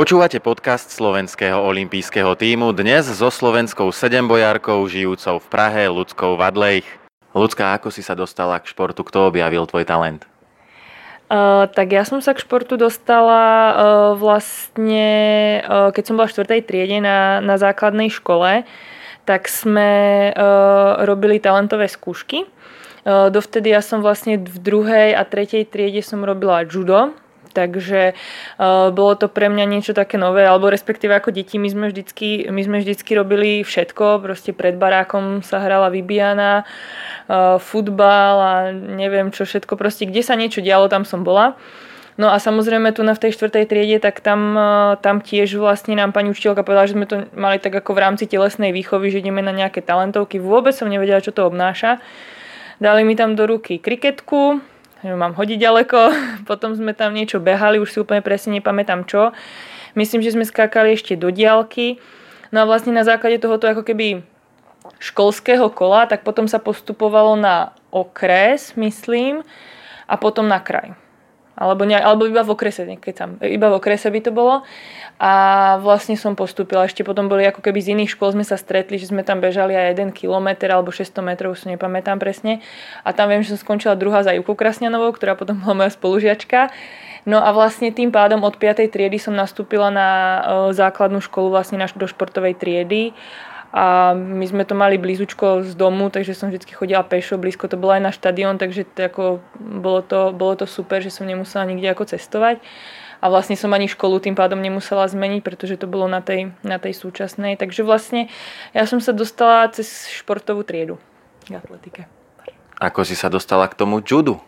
Počúvate podcast slovenského olympijského tímu, dnes so slovenskou sedembojárkou žijúcou v Prahe, Ľudskou Vadlejch. Ľudská, ako si sa dostala k športu? Kto objavil tvoj talent? Tak ja som sa k športu dostala vlastne, keď som bola v 4. triede na základnej škole, tak sme robili talentové skúšky. Dovtedy ja som vlastne v 2. a 3. triede som robila judo, takže bolo to pre mňa niečo také nové, alebo respektíve ako deti my sme vždycky robili všetko, proste pred barákom sa hrala vybíjana, futbal a neviem čo všetko, proste kde sa niečo dialo, tam som bola. No a samozrejme tu v tej 4. triede, tak tam tiež vlastne nám pani učiteľka povedala, že sme to mali tak ako v rámci telesnej výchovy, že ideme na nejaké talentovky, vôbec som nevedela, čo to obnáša. Dali mi tam do ruky kriketku, mám hodiť ďaleko, potom sme tam niečo behali, už si úplne presne nepamätám čo. Myslím, že sme skákali ešte do diaľky. No a vlastne na základe tohoto ako keby školského kola, tak potom sa postupovalo na okres, myslím, a potom na kraj. Alebo iba v okrese, iba v okrese by to bolo. A vlastne som postúpila. Ešte potom boli ako keby z iných škôl sme sa stretli, že sme tam bežali aj 1 kilometr alebo 600 metrov, už si nepamätám presne. A tam viem, že som skončila druhá za Ivkou Krasňanovou, ktorá potom bola moja spolužiačka. No a vlastne tým pádom od 5. triedy som nastúpila na základnú školu vlastne do športovej triedy. A my sme to mali blízučko z domu, takže som vždy chodila pešo, blízko to bolo aj na štadión, takže bolo to super, že som nemusela nikde ako cestovať. A vlastne som ani školu tým pádom nemusela zmeniť, pretože to bolo na tej súčasnej. Takže vlastne ja som sa dostala cez športovú triedu k atletike. Ako si sa dostala k tomu judu?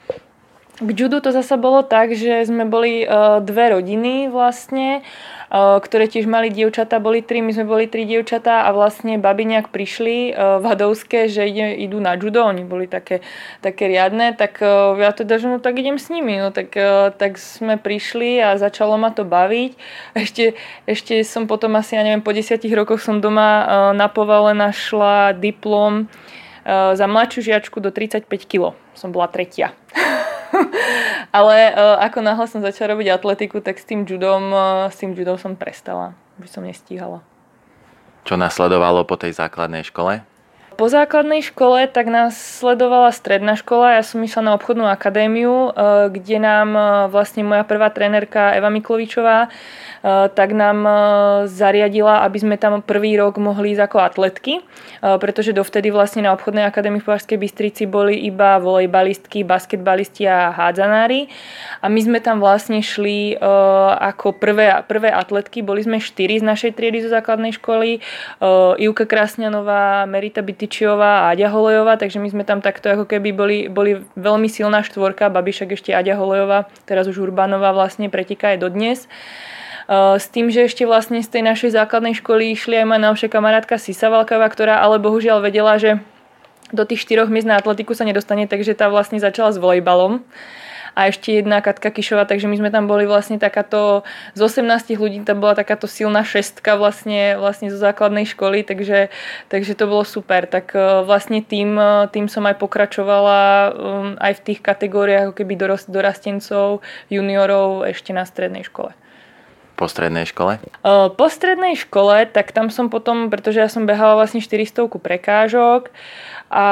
K judu to zasa bolo tak, že sme boli dve rodiny vlastne, ktoré tiež mali dievčatá, boli 3, my sme boli 3 dievčatá a vlastne babi nejak prišli v Hadovské, že idú na judo, oni boli také riadne, tak ja teda, že no tak idem s nimi, no tak sme prišli a začalo ma to baviť. Ešte som potom asi, ja neviem, po 10 rokoch som doma na povale našla diplom za mladšiu žiačku do 35 kg. Som bola 3. Ale ako náhle som začala robiť atletiku, tak s tým judom som prestala, by som nestíhala. Čo nasledovalo po tej základnej škole? Po základnej škole tak nás sledovala stredná škola, ja som išla na obchodnú akadémiu, kde nám vlastne moja prvá trénerka Eva Miklovičová tak nám zariadila, aby sme tam prvý rok mohli ísť ako atletky, pretože dovtedy vlastne na obchodnej akadémii v Považskej Bystrici boli iba volejbalistky, basketbalisti a hádzanári a my sme tam vlastne šli ako prvé atletky, boli sme 4 z našej triedy zo základnej školy, Ivka Krasňanová, Merita Bytyčiová a Aďa Holejová, takže my sme tam takto ako keby boli veľmi silná štvorka, babišak ešte Aďa Holejová, teraz už Urbánová vlastne preteká aj dodnes. S tým, že ešte vlastne z tej našej základnej školy išli aj moja najlepšia kamarátka Sisa Valková, ktorá ale bohužiaľ vedela, že do tých 4 miest na atletiku sa nedostane, takže tá vlastne začala s volejbalom. A ešte jedna Katka Kišová, takže my sme tam boli vlastne takáto, z 18 ľudí tam bola takáto silná šestka vlastne zo základnej školy, takže to bolo super. Tak vlastne tým som aj pokračovala aj v tých kategóriách ako keby dorastencov, juniorov ešte na strednej škole. Po strednej škole? Po strednej škole, tak tam som potom, pretože ja som behala vlastne 400 prekážok a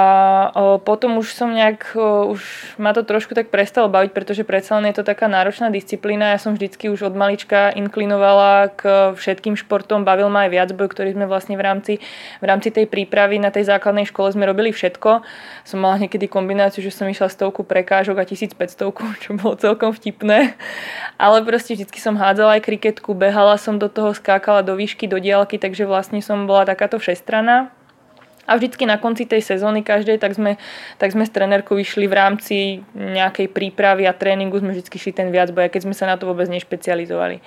potom už som už ma to trošku tak prestalo baviť, pretože predsa len je to taká náročná disciplína. Ja som vždycky už od malička inklinovala k všetkým športom, bavil ma aj viacboj, ktorý sme vlastne v rámci tej prípravy na tej základnej škole sme robili všetko. Som mala niekedy kombináciu, že som išla 100 prekážok a 1500, čo bolo celkom vtipné. Ale proste vždycky som hádzala aj kriketku, behala som do toho, skákala do výšky, do diaľky, takže vlastne som bola takáto všestranná. A vždycky na konci tej sezóny každej, tak sme s trenérkou išli v rámci nejakej prípravy a tréningu, sme vždycky šli ten viacboj, keď sme sa na to vôbec nešpecializovali.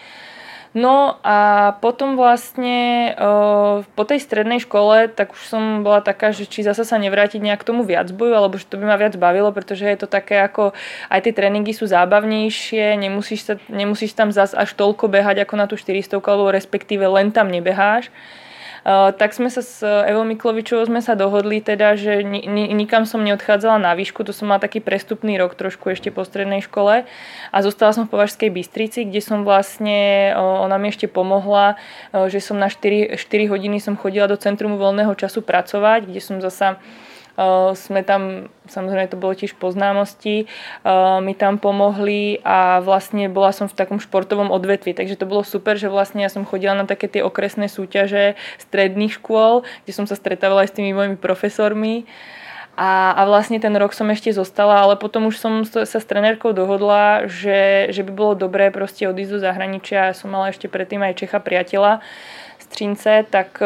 No a potom vlastne po tej strednej škole, tak už som bola taká, že či zasa sa nevrátiť nejak k tomu viacboju, alebo že to by ma viac bavilo, pretože je to také ako, aj tie tréningy sú zábavnejšie, nemusíš tam zas až toľko behať ako na tú 400, alebo respektíve len tam nebeháš. Tak sme sa s Evou Miklovičovou sme sa dohodli teda, že nikam som neodchádzala na výšku, to som mala taký prestupný rok trošku ešte po strednej škole a zostala som v Považskej Bystrici, kde som vlastne, ona mi ešte pomohla, že som na 4 hodiny som chodila do Centrumu voľného času pracovať, kde som zasa sme tam, samozrejme to bolo tiež po známosti, mi tam pomohli a vlastne bola som v takom športovom odvetvi, takže to bolo super, že vlastne ja som chodila na také tie okresné súťaže stredných škôl, kde som sa stretávala aj s tými mojimi profesormi a vlastne ten rok som ešte zostala, ale potom už som sa s trenérkou dohodla, že by bolo dobré proste odísť do zahraničia, ja som mala ešte predtým aj Čecha priateľa, Strince,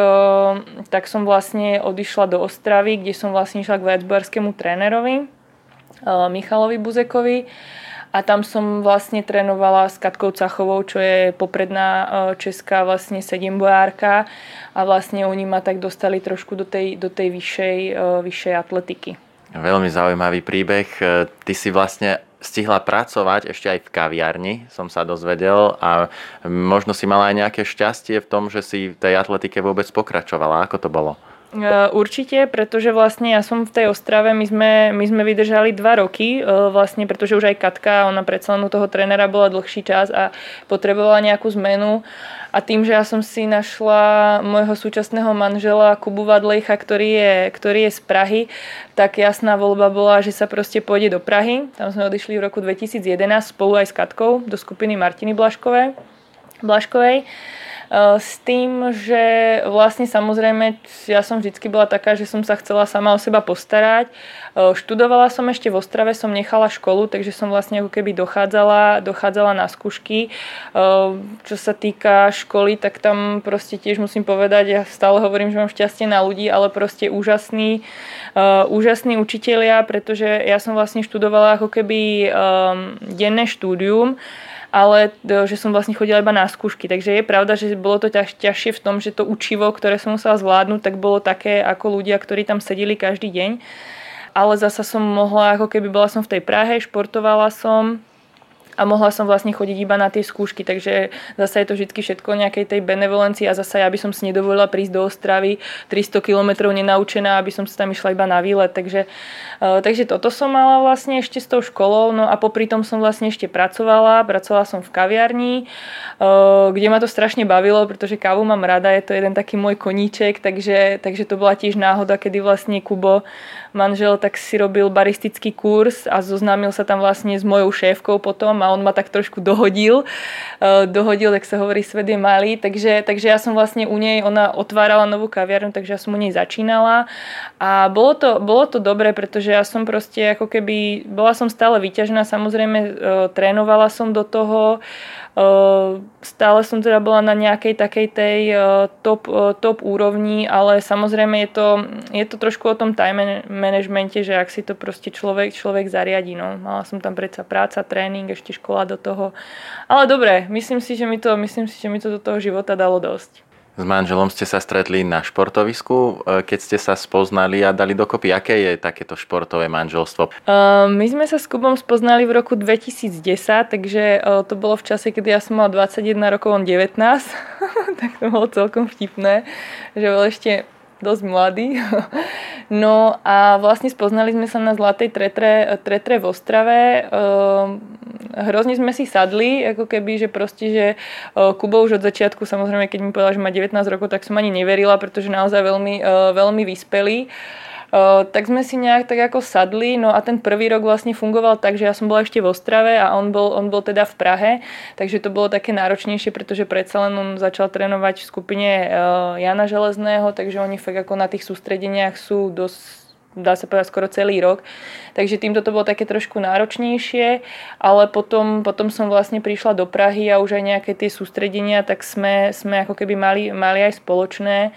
tak som vlastne odišla do Ostravy, kde som vlastne išla k viacbojarskému trénerovi Michalovi Buzekovi a tam som vlastne trénovala s Katkou Cachovou, čo je popredná česká vlastne sedembojárka a vlastne oni ma tak dostali trošku do tej vyššej atletiky. Veľmi zaujímavý príbeh. Ty si vlastne stihla pracovať ešte aj v kaviarni, som sa dozvedel, a možno si mala aj nejaké šťastie v tom, že si v tej atletike vôbec pokračovala. Ako to bolo? Určite, pretože vlastne ja som v tej Ostrave, my sme vydržali 2 roky, vlastne, pretože už aj Katka, ona predsa len u toho trénera bola dlhší čas a potrebovala nejakú zmenu. A tým, že ja som si našla môjho súčasného manžela Kubu Vadlejcha, ktorý je z Prahy, tak jasná voľba bola, že sa proste pôjde do Prahy. Tam sme odišli v roku 2011 spolu aj s Katkou do skupiny Martiny Blaškovej. S tým, že vlastne samozrejme ja som vždycky bola taká, že som sa chcela sama o seba postarať. Študovala som ešte v Ostrave, som nechala školu, takže som vlastne ako keby dochádzala na skúšky. Čo sa týka školy, tak tam proste tiež musím povedať, ja stále hovorím, že mám šťastie na ľudí, ale proste úžasní učitelia, pretože ja som vlastne študovala ako keby denné štúdium, ale že som vlastne chodila iba na skúšky. Takže je pravda, že bolo to ťažšie v tom, že to učivo, ktoré som musela zvládnuť, tak bolo také ako ľudia, ktorí tam sedeli každý deň. Ale zasa som mohla, ako keby bola som v tej Prahe, športovala som a mohla som vlastne chodiť iba na tie skúšky, takže zasa je to vždy všetko nejakej tej benevolencii a zasa ja by som si nedovolila prísť do Ostravy 300 km nenaučená, aby som sa tam išla iba na výlet, takže toto som mala vlastne ešte s tou školou, no a popri tom som vlastne ešte pracovala som v kaviarni, kde ma to strašne bavilo, pretože kávu mám rada, je to jeden taký môj koníček, takže to bola tiež náhoda, kedy vlastne Kubo, manžel, tak si robil baristický kurz a zoznámil sa tam vlastne s mojou šéfkou potom a on ma tak trošku dohodil, tak sa hovorí, svet je malý, takže ja som vlastne u nej, ona otvárala novú kaviarnu, takže ja som u nej začínala a bolo to dobré, pretože ja som proste ako keby, bola som stále vyťažená, samozrejme trénovala som do toho, stále som teda bola na nejakej takej tej top úrovni, ale samozrejme je to trošku o tom time managemente, že ak si to proste človek zariadí. No. Mala som tam predsa práca, tréning, ešte škola do toho. Ale dobre, myslím si, že mi to do toho života dalo dosť. S manželom ste sa stretli na športovisku, keď ste sa spoznali a dali dokopy. Aké je takéto športové manželstvo? My sme sa s Kubom spoznali v roku 2010, takže to bolo v čase, kedy ja som mala 21 rokov, on 19. Tak to bolo celkom vtipné, že bol ešte dosť mladý. No a vlastne spoznali sme sa na Zlatej tretre v Ostrave. Hrozne sme si sadli, ako keby, že proste, že Kubo už od začiatku, samozrejme, keď mi povedal, že má 19 rokov, tak som ani neverila, pretože naozaj veľmi vyspelý. Tak sme si nejak tak ako sadli, no a ten prvý rok vlastne fungoval tak, že ja som bola ešte v Ostrave a on bol teda v Prahe, takže to bolo také náročnejšie, pretože predsa len on začal trénovať v skupine Jana Železného, takže oni fakt ako na tých sústredeniach sú dosť, dá sa povedať, skoro celý rok. Takže týmto to bolo také trošku náročnejšie, ale potom som vlastne prišla do Prahy a už aj nejaké tie sústredenia, tak sme ako keby mali aj spoločné.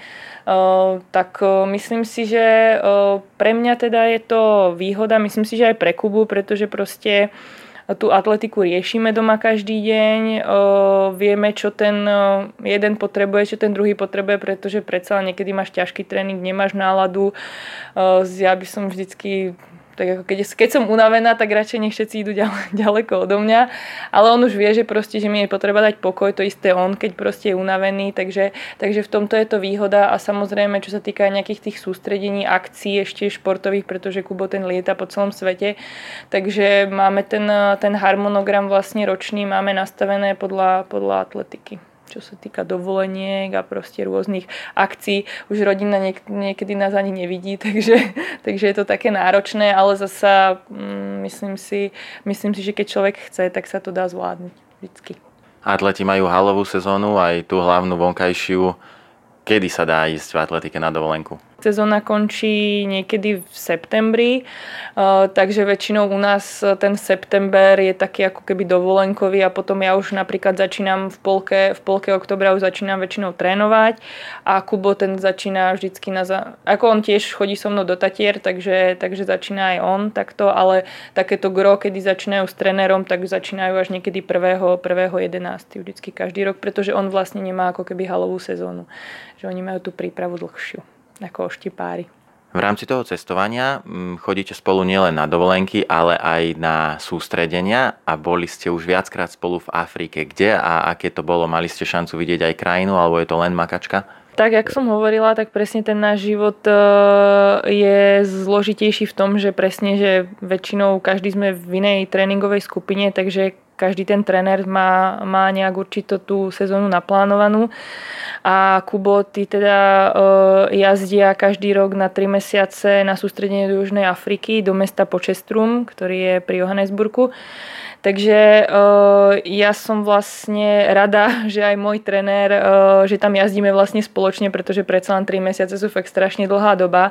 Tak myslím si, že pre mňa teda je to výhoda, myslím si, že aj pre Kubu, pretože proste tú atletiku riešime doma každý deň, vieme, čo ten jeden potrebuje, čo ten druhý potrebuje, pretože predsa niekedy máš ťažký tréning, nemáš náladu. Ja by som vždycky Tak ako keď som unavená, tak radšej nech všetci idú ďaleko odo mňa. Ale on už vie, že proste, že mi je potreba dať pokoj, to isté on, keď proste je unavený. Takže v tomto je to výhoda a samozrejme, čo sa týka nejakých tých sústredení, akcií ešte športových, pretože Kubo ten lieta po celom svete. Takže máme ten harmonogram vlastne ročný, máme nastavené podľa atletiky. Čo sa týka dovoleniek a proste rôznych akcií. Už rodina niekedy nás ani nevidí, takže je to také náročné, ale zasa myslím si, že keď človek chce, tak sa to dá zvládnuť vždycky. Atleti majú halovú sezónu, aj tú hlavnú vonkajšiu. Kedy sa dá ísť v atletike na dovolenku? Sezóna končí niekedy v septembri, takže väčšinou u nás ten september je taký ako keby dovolenkový a potom ja už napríklad začínam v polke oktobra už začínam väčšinou trénovať a Kubo ten začína vždycky ako on tiež chodí so mnou do Tatier, takže začína aj on takto, ale takéto gro, kedy začínajú s trénerom, tak začínajú až niekedy 1.11. vždycky každý rok, pretože on vlastne nemá ako keby halovú sezónu, že oni majú tú prípravu dlhšiu ako oštipári. V rámci toho cestovania chodíte spolu nielen na dovolenky, ale aj na sústredenia a boli ste už viackrát spolu v Afrike. Kde a aké to bolo? Mali ste šancu vidieť aj krajinu, alebo je to len makačka? Tak, jak som hovorila, tak presne ten náš život je zložitejší v tom, že presne, že väčšinou každý sme v inej tréningovej skupine, takže každý ten tréner má nejak určito tú sezónu naplánovanú. A Kubo, tí teda jazdia každý rok na 3 mesiace na sústredenie do Južnej Afriky, do mesta Potchefstroom, ktorý je pri Johannesburgu. Takže ja som vlastne rada, že aj môj trenér, že tam jazdíme vlastne spoločne, pretože predsa len 3 mesiace sú fakt strašne dlhá doba.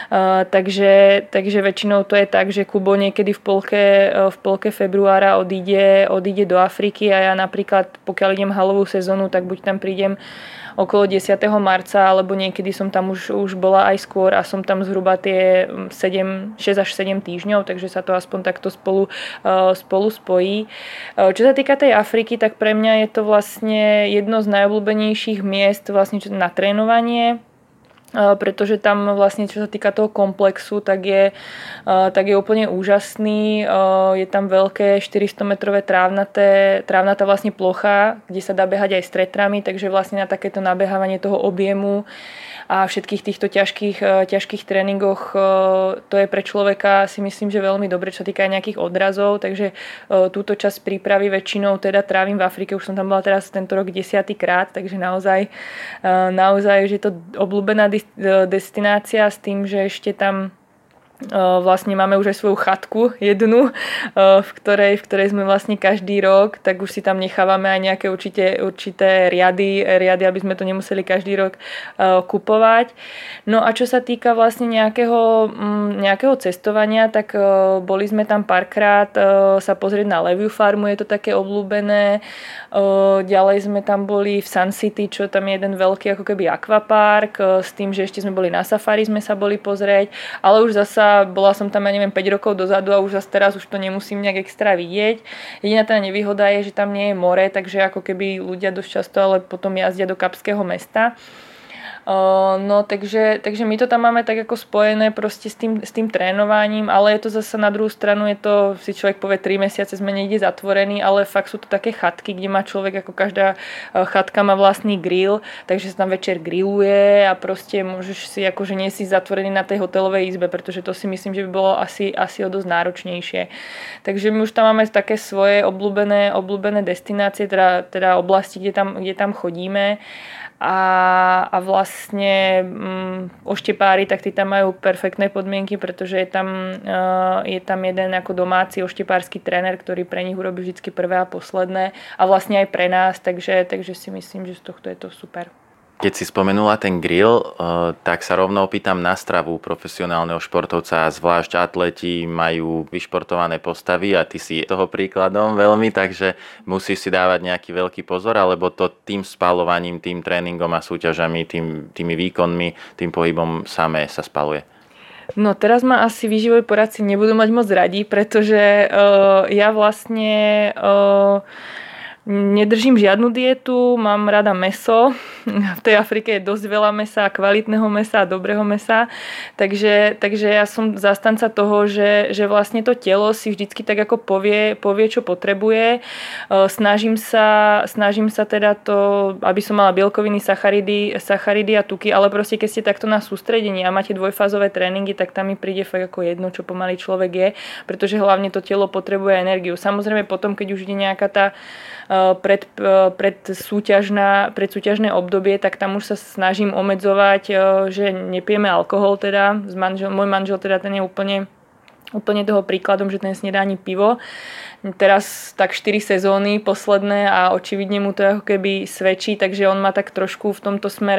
Takže väčšinou to je tak, že Kubo niekedy v polke februára odíde do Afriky a ja napríklad, pokiaľ idem halovú sezónu, tak buď tam prídem okolo 10. marca, alebo niekedy som tam už bola aj skôr a som tam zhruba tie 6 až 7 týždňov, takže sa to aspoň takto spolu spojí. Čo sa týka tej Afriky, tak pre mňa je to vlastne jedno z najobľúbenejších miest vlastne na trénovanie, pretože tam vlastne, čo sa týka toho komplexu, tak je úplne úžasný. Je tam veľké 400-metrové trávnatá vlastne plocha, kde sa dá behať aj s tretrami, takže vlastne na takéto nabehávanie toho objemu a všetkých týchto ťažkých tréningoch to je pre človeka, si myslím, že veľmi dobre, čo sa týka aj nejakých odrazov, takže túto časť prípravy väčšinou teda trávim v Afrike, už som tam bola teraz tento rok 10. krát, takže naozaj že je to obľúbená destinácia s tým, že ešte tam vlastne máme už aj svoju chatku jednu, v ktorej sme vlastne každý rok, tak už si tam nechávame aj nejaké určité riady, aby sme to nemuseli každý rok kupovať. No a čo sa týka vlastne nejakého cestovania, tak boli sme tam párkrát sa pozrieť na Leviu farmu, je to také obľúbené. Ďalej sme tam boli v Sun City, čo tam je jeden veľký ako keby akvapark, s tým, že ešte sme boli na safari, sme sa boli pozrieť, ale už zasa bola som tam, 5 rokov dozadu a už zase teraz už to nemusím nejak extra vidieť. Jediná tá nevýhoda je, že tam nie je more, takže ako keby ľudia dosť často ale potom jazdia do Kapského mesta. No takže my to tam máme tak ako spojené proste s tým trénovaním, ale je to zase na druhú stranu, je to, si človek povie 3 mesiace sme niekde zatvorení, ale fakt sú to také chatky, kde má človek, ako každá chatka má vlastný grill, takže sa tam večer grilluje a proste môžeš si, akože nie si zatvorený na tej hotelovej izbe, pretože to si myslím, že by bolo asi o dosť náročnejšie. Takže my už tam máme také svoje obľúbené destinácie, teda oblasti, kde tam chodíme. A vlastne oštepári, tak tí tam majú perfektné podmienky, pretože je tam jeden ako domáci oštepársky tréner, ktorý pre nich urobí vždy prvé a posledné a vlastne aj pre nás, takže si myslím, že z tohto je to super. Keď si spomenula ten grill, tak sa rovno opýtam na stravu profesionálneho športovca. Zvlášť atleti majú vyšportované postavy a ty si toho príkladom veľmi, takže musíš si dávať nejaký veľký pozor, alebo to tým spalovaním, tým tréningom a súťažami, tými výkonmi, tým pohybom samé sa spaluje. No teraz ma asi výživoví poradci nebudú mať moc radi, pretože ja vlastne Nedržím žiadnu dietu, mám rada mäso. V tej Afrike je dosť veľa mäsa, kvalitného mäsa, dobrého mäsa. Takže ja som zastanca toho, že vlastne to telo si vždycky tak ako povie, čo potrebuje. Snažím sa teda to, aby som mala bielkoviny, sacharidy a tuky, ale proste keď ste takto na sústredení a máte dvojfázové tréningy, tak tam mi príde fakt ako jedno, čo pomaly človek je, pretože hlavne to telo potrebuje energiu. Samozrejme potom, keď už ide nejaká tá predsúťažné obdobie, tak tam už sa snažím obmedzovať, že nepijeme alkohol teda. Môj manžel teda ten je úplne toho príkladom, že ten nesniedá ani pivo. Teraz tak 4 sezóny posledné a očividne mu to ako keby svedčí, takže on ma tak trošku v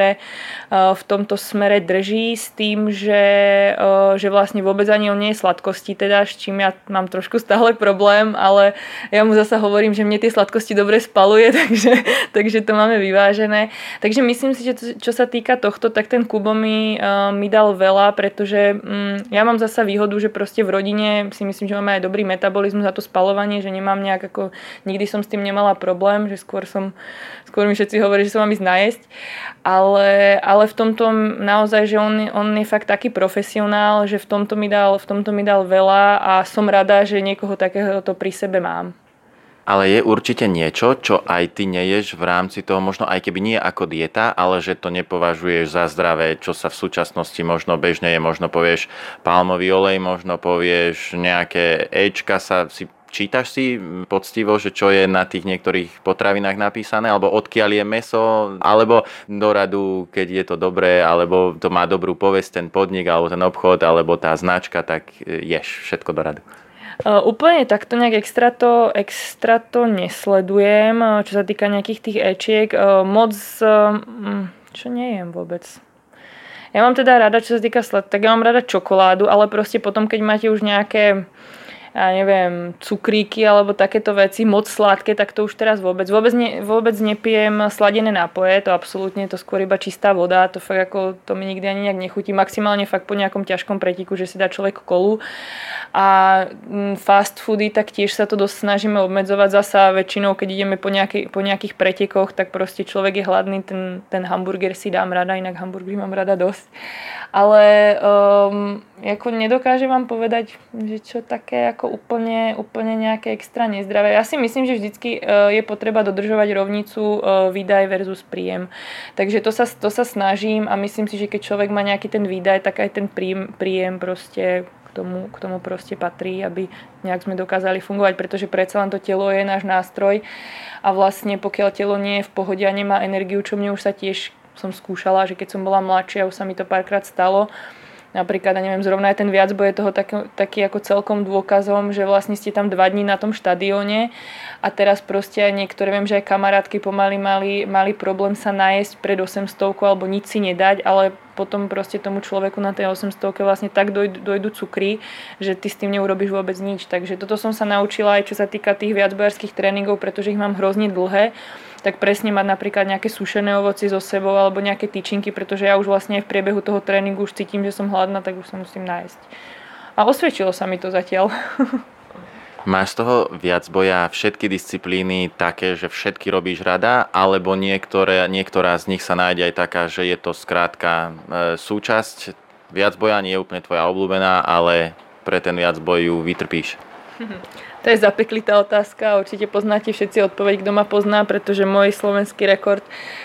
tomto smere drží s tým, že vlastne vôbec ani on nie je sladkosti, teda s čím ja mám trošku stále problém, ale ja mu zasa hovorím, že mne tie sladkosti dobre spaluje, takže to máme vyvážené. Takže myslím si, že čo sa týka tohto, tak ten Kubo mi dal veľa, pretože ja mám zasa výhodu, že proste v rodine si myslím, že máme aj dobrý metabolizmus a to spalovanie, že nemám nejak ako, nikdy som s tým nemala problém, že skôr mi všetci hovorí, že sa mám ísť najesť, ale v tomto naozaj, že on je fakt taký profesionál, že v tomto mi dal veľa a som rada, že niekoho takéhoto pri sebe mám. Ale je určite niečo, čo aj ty neješ v rámci toho, možno aj keby nie ako dieta, ale že to nepovažuješ za zdravé, čo sa v súčasnosti možno bežne je, možno povieš palmový olej, možno povieš nejaké Ečka čítaš si poctivo, že čo je na tých niektorých potravinách napísané, alebo odkiaľ je mäso, alebo do radu, keď je to dobré, alebo to má dobrú povesť ten podnik, alebo ten obchod, alebo tá značka, tak ješ všetko do radu. Úplne takto nejak extra to nesledujem, čo sa týka nejakých tých ečiek. Moc, čo nejem vôbec. Ja mám teda rada, čo sa týka tak ja mám rada čokoládu, ale proste potom, keď máte už nejaké cukríky alebo takéto veci, moc sladké, tak to už teraz vôbec nepijem sladené nápoje, to absolútne, to skôr iba čistá voda, to fakt ako, to mi nikdy ani nejak nechutí, maximálne fakt po nejakom ťažkom preteku, že si dá človek kolu. A fast foody, tak tiež sa to dosť snažíme obmedzovať zasa väčšinou, keď ideme po nejakých pretekoch, tak proste človek je hladný, ten hamburger si dám rada, inak hamburgery mám rada dosť. Ale ako nedokážem vám povedať, že čo také ako úplne nejaké extra nezdravé. Ja si myslím, že vždycky je potreba dodržovať rovnicu výdaj versus príjem. Takže to sa snažím a myslím si, že keď človek má nejaký ten výdaj, tak aj ten príjem proste k tomu proste patrí, aby nejak sme dokázali fungovať, pretože predsa len to telo je náš nástroj a vlastne pokiaľ telo nie je v pohode a nemá energiu, čo mne už sa tiež som skúšala, že keď som bola mladšia, už sa mi to párkrát stalo. Napríklad, zrovna aj ten viacboj je toho taký ako celkom dôkazom, že vlastne ste tam 2 dní na tom štadióne a teraz proste aj niektoré, viem, že aj kamarátky pomaly mali problém sa najesť pred 800 alebo nič si nedať, ale potom proste tomu človeku na tej 800 vlastne tak dojdu cukry, že ty s tým neurobíš vôbec nič. Takže toto som sa naučila aj čo sa týka tých viacbojárskych tréningov, pretože ich mám hrozne dlhé, tak presne mať napríklad nejaké sušené ovocie so sebou alebo nejaké tyčinky, pretože ja už vlastne v priebehu toho tréningu už cítim, že som hladná, tak už sa musím nájsť. A osvedčilo sa mi to zatiaľ. Máš z toho viacboja všetky disciplíny také, že všetky robíš rada, alebo niektorá z nich sa nájde aj taká, že je to skrátka súčasť viacboja, nie je úplne tvoja obľúbená, ale pre ten viacboj ju vytrpíš? To je zapeklitá otázka, určite poznáte všetci odpoveď, kto ma pozná, pretože môj slovenský rekord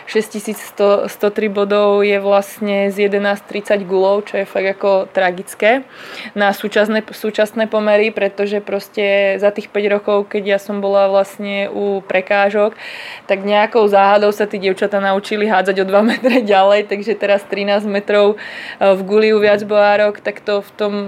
6103 bodov je vlastne z 11:30 gulov, čo je fakt ako tragické na súčasné pomery, pretože proste za tých 5 rokov, keď ja som bola vlastne u prekážok, tak nejakou záhadou sa tí dievčatá naučili hádzať o 2 metre ďalej, takže teraz 13 metrov v guli u viacbojárok, tak to v tom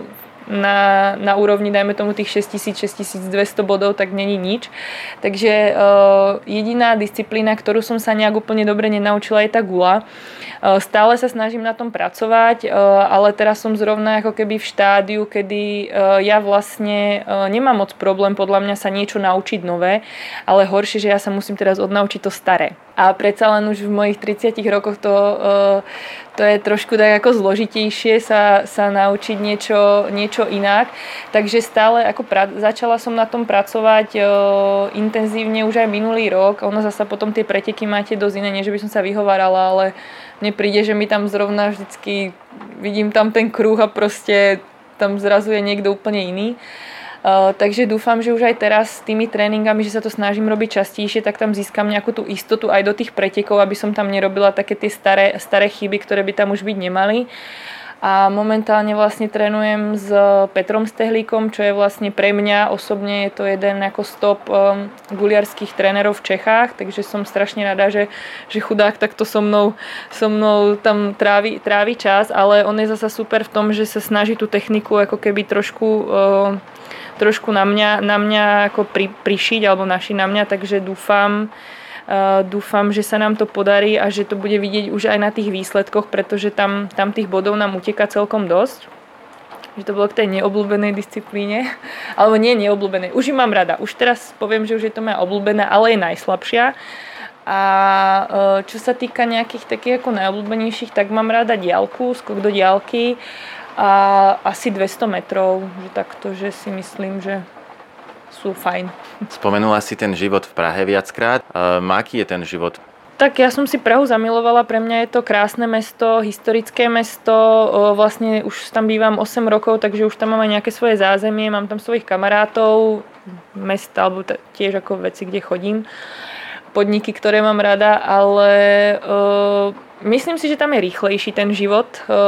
na úrovni, dajme tomu tých 6200 bodov, tak není nič. Takže jediná disciplína, ktorú som sa nejak úplne dobre nenaučila, je tá gula. Stále sa snažím na tom pracovať, ale teraz som zrovna ako keby v štádiu, kedy ja vlastne nemám moc problém podľa mňa sa niečo naučiť nové, ale horšie, že ja sa musím teraz odnaučiť to staré. A predsa len už v mojich 30 rokoch to je trošku tak ako zložitejšie sa naučiť niečo inak. Takže stále začala som na tom pracovať intenzívne už aj minulý rok. Ono zasa potom tie preteky máte dosť iné, nie že by som sa vyhovárala, ale mne príde, že mi tam zrovna vždycky vidím tam ten kruh a proste tam zrazu je niekto úplne iný. Takže dúfam, že už aj teraz s tými tréningami, že sa to snažím robiť častejšie, tak tam získam nejakú tú istotu aj do tých pretekov, aby som tam nerobila také tie staré chyby, ktoré by tam už byť nemali. A momentálne vlastne trénujem s Petrom Stehlíkom, čo je vlastne pre mňa osobne je to jeden ako stop guliarských trénerov v Čechách, takže som strašne rada, že chudák takto so mnou tam trávi čas, ale on je zasa super v tom, že sa snaží tú techniku ako keby trošku na mňa ako prišiť alebo naši na mňa, takže dúfam, že sa nám to podarí a že to bude vidieť už aj na tých výsledkoch, pretože tam tých bodov nám uteká celkom dosť. Že to bolo k tej neobľúbenej disciplíne, alebo nie neobľúbenej, už ju mám rada. Už teraz poviem, že už je to moja obľúbená, ale je najslabšia. A čo sa týka nejakých takých ako najobľúbenejších, tak mám rada diaľku, skok do diaľky a asi 200 metrov, že takto, že si myslím, že sú fajn. Spomenula si ten život v Prahe viackrát. Aký je ten život? Tak ja som si Prahu zamilovala, pre mňa je to krásne mesto, historické mesto, vlastne už tam bývam 8 rokov, takže už tam mám aj nejaké svoje zázemie, mám tam svojich kamarátov, mesta, alebo tiež ako veci, kde chodím, podniky, ktoré mám rada, ale myslím si, že tam je rýchlejší ten život.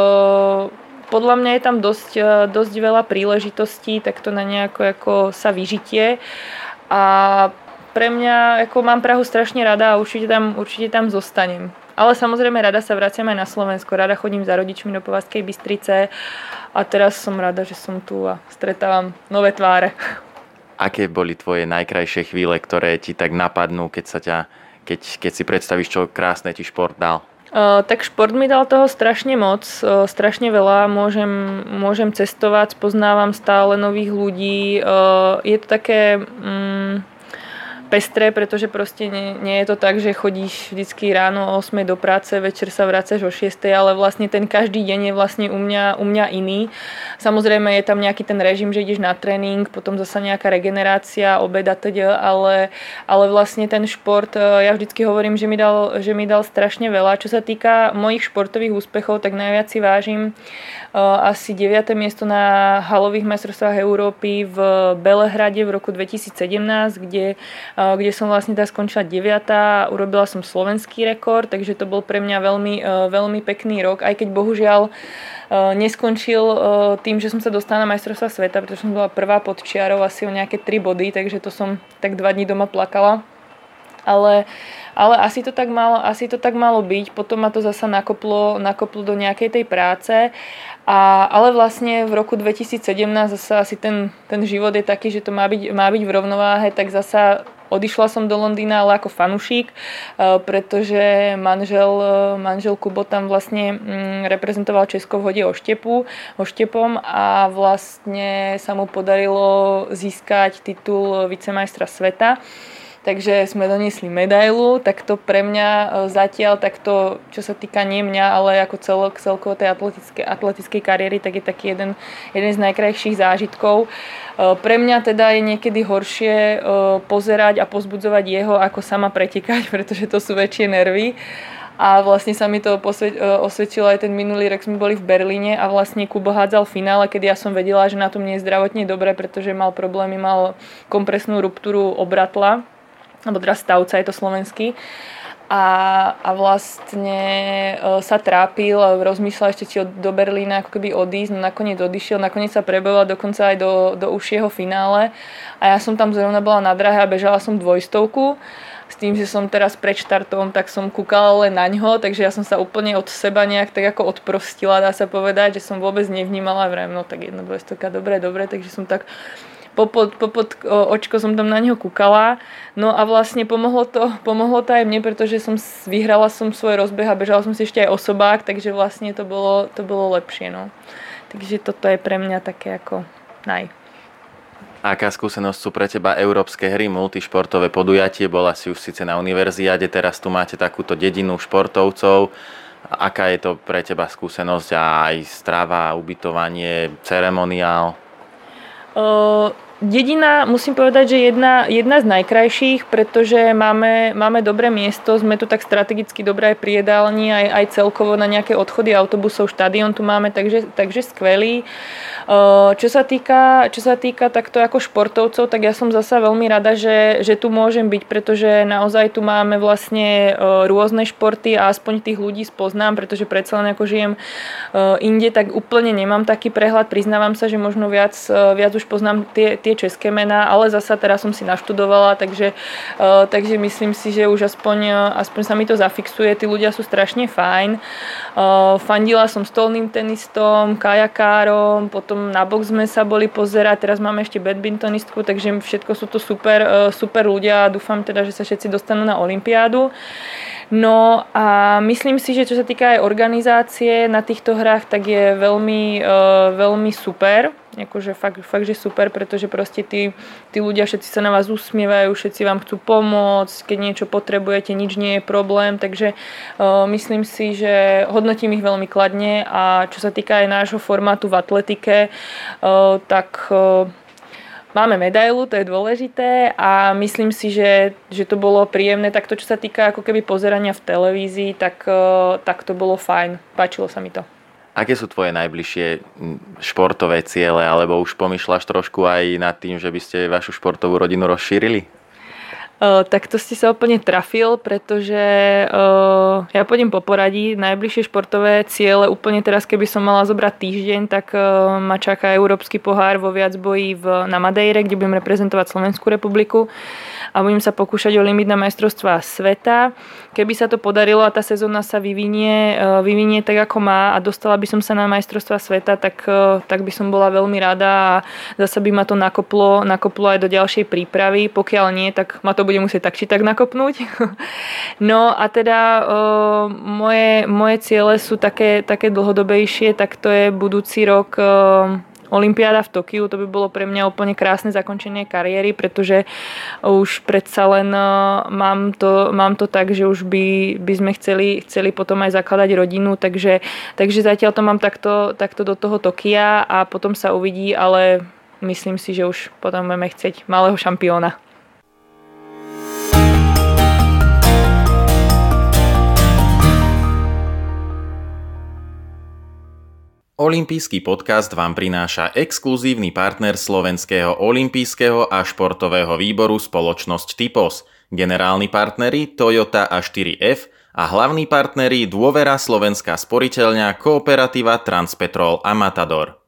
Podľa mňa je tam dosť veľa príležitostí, takto na nejako ako sa vyžitie. A pre mňa, ako mám Prahu strašne rada a určite tam zostanem. Ale samozrejme rada sa vraciam aj na Slovensko. Rada chodím za rodičmi do Považskej Bystrice a teraz som rada, že som tu a stretávam nové tváre. Aké boli tvoje najkrajšie chvíle, ktoré ti tak napadnú, keď si predstavíš, čo krásne ti šport dal? Tak šport mi dal toho strašne moc, strašne veľa, môžem cestovať, spoznávam stále nových ľudí, je to také pestré, pretože proste nie je to tak, že chodíš vždycky ráno o 8 do práce, večer sa vracaš o 6, ale vlastne ten každý deň je vlastne u mňa iný. Samozrejme je tam nejaký ten režim, že ideš na tréning, potom zasa nejaká regenerácia, obed a teda, ale vlastne ten šport, ja vždycky hovorím, že mi dal strašne veľa. Čo sa týka mojich športových úspechov, tak najviac si vážim asi 9. miesto na halových majstrovstvách Európy v Belehrade v roku 2017, kde som vlastne skončila 9. Urobila som slovenský rekord, takže to bol pre mňa veľmi pekný rok, aj keď bohužiaľ neskončil tým, že som sa dostala na majstrovstvá sveta, pretože som bola prvá pod čiarou asi o nejaké 3 body, takže to som tak 2 dní doma plakala. Ale asi to tak malo byť, potom ma to zasa nakoplo do nejakej tej práce, ale vlastne v roku 2017 zasa asi ten život je taký, že to má byť v rovnováhe, tak zasa odišla som do Londýna, ale ako fanúšik, pretože manžel Kubo tam vlastne reprezentoval Česko v hode oštepom a vlastne sa mu podarilo získať titul vicemajstra sveta. Takže sme doniesli medailu, tak to pre mňa zatiaľ takto, čo sa týka nie mňa, ale ako celkovo tej atletickej kariéry, tak je taký jeden z najkrajších zážitkov. Pre mňa teda je niekedy horšie pozerať a pozbudzovať jeho, ako sama pretekať, pretože to sú väčšie nervy. A vlastne sa mi to osvedčilo aj ten minulý rok, sme boli v Berlíne a vlastne Kubo hádzal v finále, kedy ja som vedela, že na tom nie je zdravotne dobre, pretože mal problémy, mal kompresnú ruptúru obratla, alebo teraz stavca, je to slovenský. A vlastne sa trápil, rozmýšľal ešte, či do Berlína ako keby odísť, no nakoniec odišiel, nakoniec sa prebojoval dokonca aj do užšieho finále a ja som tam zrovna bola na drahe a bežala som 200, s tým, že som teraz pred štartom, tak som kúkala len na ňo, takže ja som sa úplne od seba nejak tak ako odprostila, dá sa povedať, že som vôbec nevnímala, vrajím, no tak 1,200, dobre, takže som tak popod očko som tam na neho kúkala. No a vlastne pomohlo to aj mne, pretože vyhrala som svoj rozbeh a bežala som si ešte aj osobák, takže vlastne to bolo lepšie. No. Takže toto je pre mňa také ako Aká skúsenosť sú pre teba európske hry, multišportové podujatie? Bola si už síce na univerziáde, teraz tu máte takúto dedinu športovcov. Aká je to pre teba skúsenosť a aj strava, ubytovanie, ceremoniál? Dedina, musím povedať, že jedna z najkrajších, pretože máme dobré miesto, sme tu tak strategicky dobré aj pri jedálni, aj celkovo na nejaké odchody autobusov, štadión tu máme, takže skvelý. Čo sa týka takto ako športovcov, tak ja som zasa veľmi rada, že tu môžem byť, pretože naozaj tu máme vlastne rôzne športy a aspoň tých ľudí spoznám, pretože predsa len ako žijem inde, tak úplne nemám taký prehľad. Priznávam sa, že možno viac už poznám tie české mená, ale zasa teraz som si naštudovala, takže myslím si, že už aspoň sa mi to zafixuje. Tí ľudia sú strašne fajn. Fandila som stolným tenistom, kajakárom, potom na box sme sa boli pozerať, teraz máme ešte badmintonistku, takže všetko sú to super ľudia a dúfam teda, že sa všetci dostanú na olympiádu. No a myslím si, že čo sa týka aj organizácie na týchto hrách, tak je veľmi super. Akože fakt, že super, pretože proste tí ľudia všetci sa na vás usmievajú, všetci vám chcú pomôcť, keď niečo potrebujete, nič nie je problém, takže myslím si, že hodnotím ich veľmi kladne a čo sa týka aj nášho formátu v atletike, tak máme medailu, to je dôležité a myslím si, že to bolo príjemné. Tak to, čo sa týka ako keby pozerania v televízii, tak to bolo fajn. Páčilo sa mi to. Aké sú tvoje najbližšie športové ciele, alebo už pomýšľaš trošku aj nad tým, že by ste vašu športovú rodinu rozšírili? Tak to si sa úplne trafil, pretože ja pôjdem po poradí. Najbližšie športové ciele, úplne teraz, keby som mala zobrať týždeň, tak ma čaká Európsky pohár vo viacboji na Madeire, kde budem reprezentovať Slovenskú republiku a budem sa pokúšať o limit na majstrovstvá sveta. Keby sa to podarilo a tá sezóna sa vyvinie tak, ako má a dostala by som sa na majstrovstvá sveta, tak by som bola veľmi rada a zase by ma to nakoplo aj do ďalšej prípravy. Pokiaľ nie, tak ma to bude musieť tak či tak nakopnúť. No a teda moje ciele sú také dlhodobejšie, tak to je budúci rok olympiáda v Tokiu. To by bolo pre mňa úplne krásne zakončenie kariéry, pretože už predsa len mám to tak, že už by sme chceli potom aj zakladať rodinu, takže zatiaľ to mám takto do toho Tokia a potom sa uvidí, ale myslím si, že už potom budeme chcieť malého šampióna. Olympijský podcast vám prináša exkluzívny partner Slovenského olympijského a športového výboru spoločnosť Typos, generálni partneri Toyota a 4F a hlavní partneri Dôvera Slovenská sporiteľňa, Kooperativa Transpetrol a Matador.